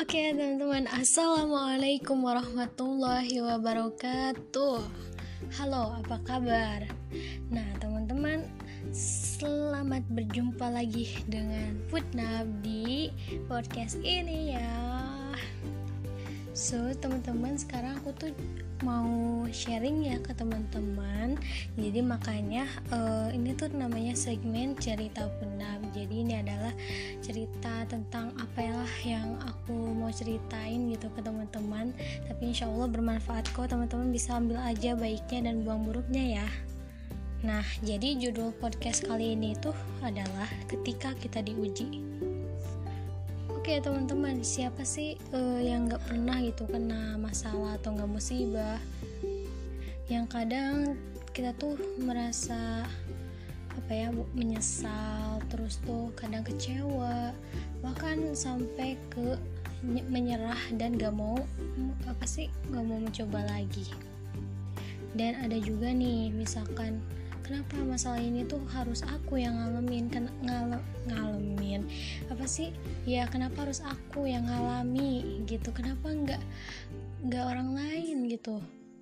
Oke teman-teman, assalamualaikum warahmatullahi wabarakatuh. Halo, apa kabar? Nah teman-teman, selamat berjumpa lagi dengan Putnab di podcast ini ya. So teman-teman, sekarang aku tuh mau sharing ya ke teman-teman. Jadi makanya ini tuh namanya segmen cerita Putnab. Jadi ini adalah cerita tentang apa yang aku mau ceritain gitu ke teman-teman. Tapi insya Allah bermanfaat kok, teman-teman bisa ambil aja baiknya dan buang buruknya ya. Nah, jadi judul podcast kali ini tuh adalah Ketika Kita Diuji. Oke teman-teman, siapa sih yang gak pernah gitu kena masalah atau gak musibah, yang kadang kita tuh merasa menyesal, terus tuh kadang kecewa, bahkan sampai ke menyerah dan gak mau mencoba lagi. Dan ada juga nih, misalkan kenapa masalah ini tuh harus aku yang ngalamin, kenapa harus aku yang ngalami gitu, kenapa nggak orang lain gitu.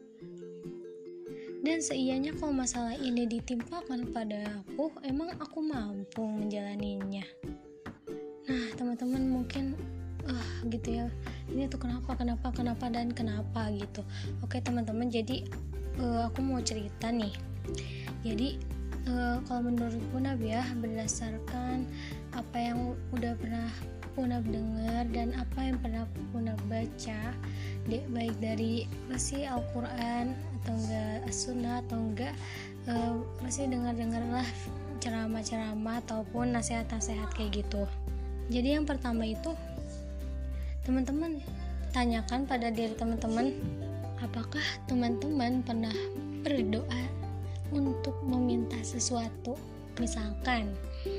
Dan seianya kalau masalah ini ditimpakan pada aku, emang aku mampu menjalaninya. Nah teman-teman mungkin gitu ya, ini tuh kenapa gitu. Oke teman-teman, jadi aku mau cerita nih. Jadi kalau menurut Punab ya, berdasarkan apa yang udah pernah Punab dengar dan apa yang pernah Punab baca, baik dari Al-Quran atau enggak As-Sunnah atau enggak dengar-dengarlah ceramah-ceramah ataupun nasihat-nasihat kayak gitu. Jadi yang pertama itu, teman-teman tanyakan pada diri teman-teman, apakah teman-teman pernah berdoa untuk meminta sesuatu? Misalkan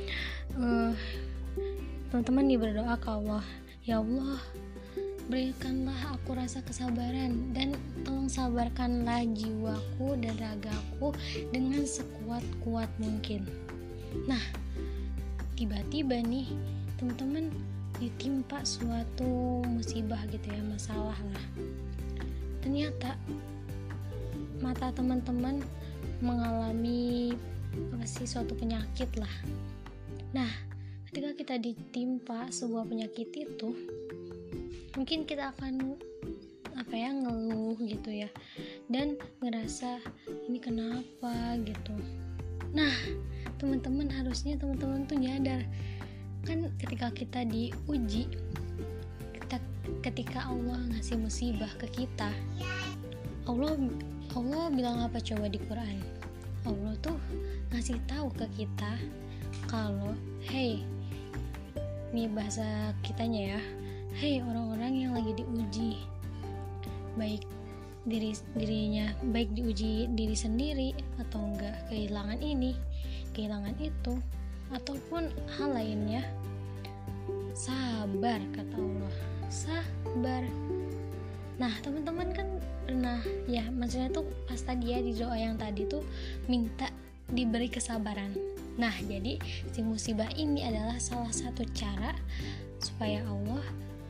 teman-teman berdoa ke Allah, ya Allah, berikanlah aku rasa kesabaran dan tolong sabarkanlah jiwaku dan ragaku dengan sekuat-kuat mungkin. Nah tiba-tiba nih teman-teman ditimpa suatu musibah gitu ya, masalah lah. Ternyata mata teman-teman mengalami suatu penyakit lah. Nah ketika kita ditimpa sebuah penyakit itu, mungkin kita akan ngeluh gitu ya, dan ngerasa ini kenapa gitu. Nah teman-teman, harusnya teman-teman tuh nyadar kan, ketika kita diuji, ketika Allah ngasih musibah ke kita, Allah bilang apa coba di Quran? Allah tuh ngasih tahu ke kita kalau, hey, ini bahasa kitanya ya, hey orang-orang yang lagi diuji, baik dirinya, baik diuji diri sendiri atau enggak, kehilangan ini, kehilangan itu, ataupun hal lainnya, sabar kata Allah, sabar. Nah teman-teman kan pernah ya, maksudnya tuh pas tadi ya di doa yang tadi tuh minta diberi kesabaran. Nah jadi si musibah ini adalah salah satu cara supaya Allah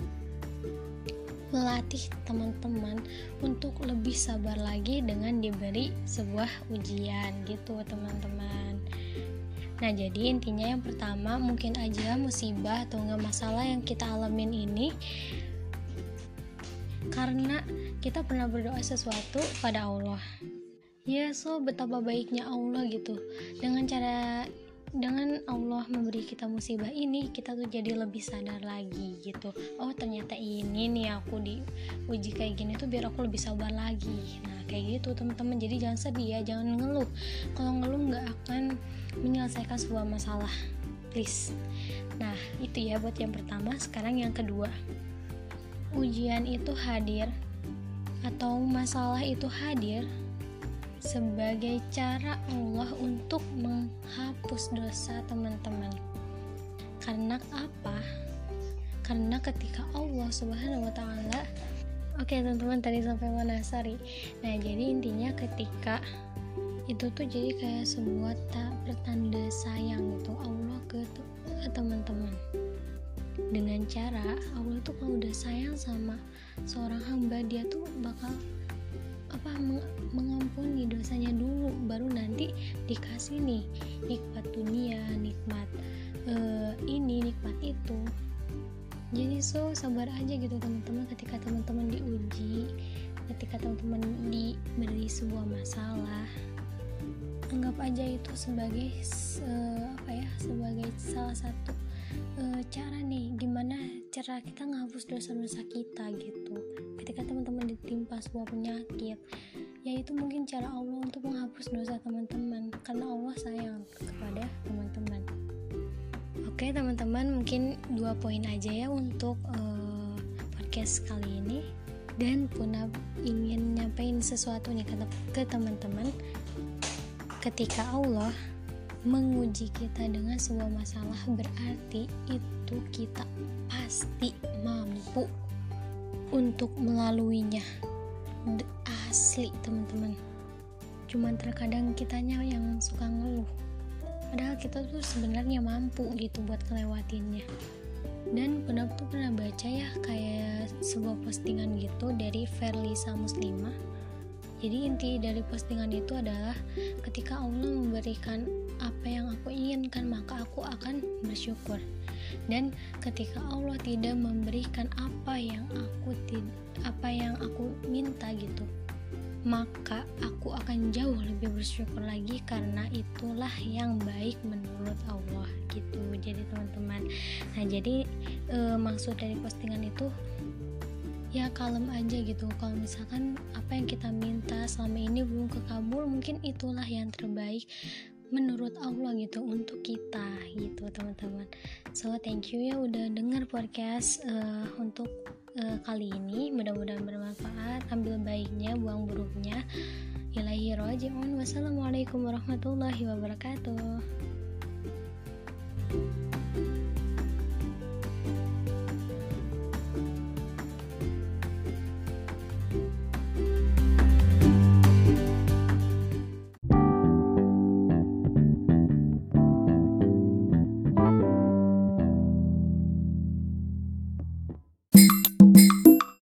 melatih teman-teman untuk lebih sabar lagi dengan diberi sebuah ujian gitu teman-teman. Nah jadi intinya yang pertama, mungkin aja musibah atau enggak masalah yang kita alamin ini karena kita pernah berdoa sesuatu pada Allah ya. So betapa baiknya Allah gitu, dengan Allah memberi kita musibah ini, kita tuh jadi lebih sadar lagi gitu. Oh ternyata ini nih aku diuji kayak gini tuh biar aku lebih sabar lagi. Nah kayak gitu teman-teman, jadi jangan sedih ya, jangan ngeluh. Kalau ngeluh nggak akan menyelesaikan sebuah masalah, please. Nah itu ya buat yang pertama. Sekarang yang kedua, ujian itu hadir atau masalah itu hadir sebagai cara Allah untuk menghapus dosa teman-teman. Karena apa? Karena ketika Allah Subhanahu wa Ta'ala, oke teman-teman, tadi sampai mana? Sorry. Nah jadi intinya ketika itu tuh jadi kayak sebuah pertanda sayang gitu Allah ke teman-teman. dengan cara Allah tuh kalau udah sayang sama seorang hamba, dia tuh bakal mengampuni dosanya dulu, baru nanti dikasih nih nikmat dunia, nikmat nikmat itu. Jadi sabar aja gitu teman-teman, ketika teman-teman diuji, ketika teman-teman diberi sebuah masalah, anggap aja itu sebagai sebagai salah satu cara nih gimana cara kita menghapus dosa-dosa kita gitu. Ketika teman-teman ditimpa sebuah penyakit, yaitu mungkin cara Allah untuk menghapus dosa teman-teman, karena Allah sayang kepada teman-teman. Oke teman-teman, mungkin 2 poin aja ya untuk podcast kali ini. Dan Puna ingin nyampein sesuatu nih ke teman-teman. Ketika Allah menguji kita dengan sebuah masalah, berarti itu kita pasti mampu untuk melaluinya. Asli teman-teman. Cuman terkadang kitanya yang suka ngeluh, padahal kita tuh sebenarnya mampu gitu buat ngelewatinnya. Dan pernah baca ya kayak sebuah postingan gitu dari Verlisa Muslimah. Jadi inti dari postingan itu adalah ketika Allah memberikan apa yang aku inginkan, maka aku akan bersyukur. Dan ketika Allah tidak memberikan apa yang aku minta gitu, maka aku akan jauh lebih bersyukur lagi, karena itulah yang baik menurut Allah gitu. Jadi teman-teman, nah jadi maksud dari postingan itu ya kalem aja gitu. Kalau misalkan apa yang kita minta selama ini belum kekabul, mungkin itulah yang terbaik menurut Allah gitu untuk kita gitu teman-teman. So thank you ya udah denger podcast untuk kali ini. Mudah-mudahan bermanfaat. Ambil baiknya, buang buruknya. Ilahi roji'un. Wassalamualaikum warahmatullahi wabarakatuh.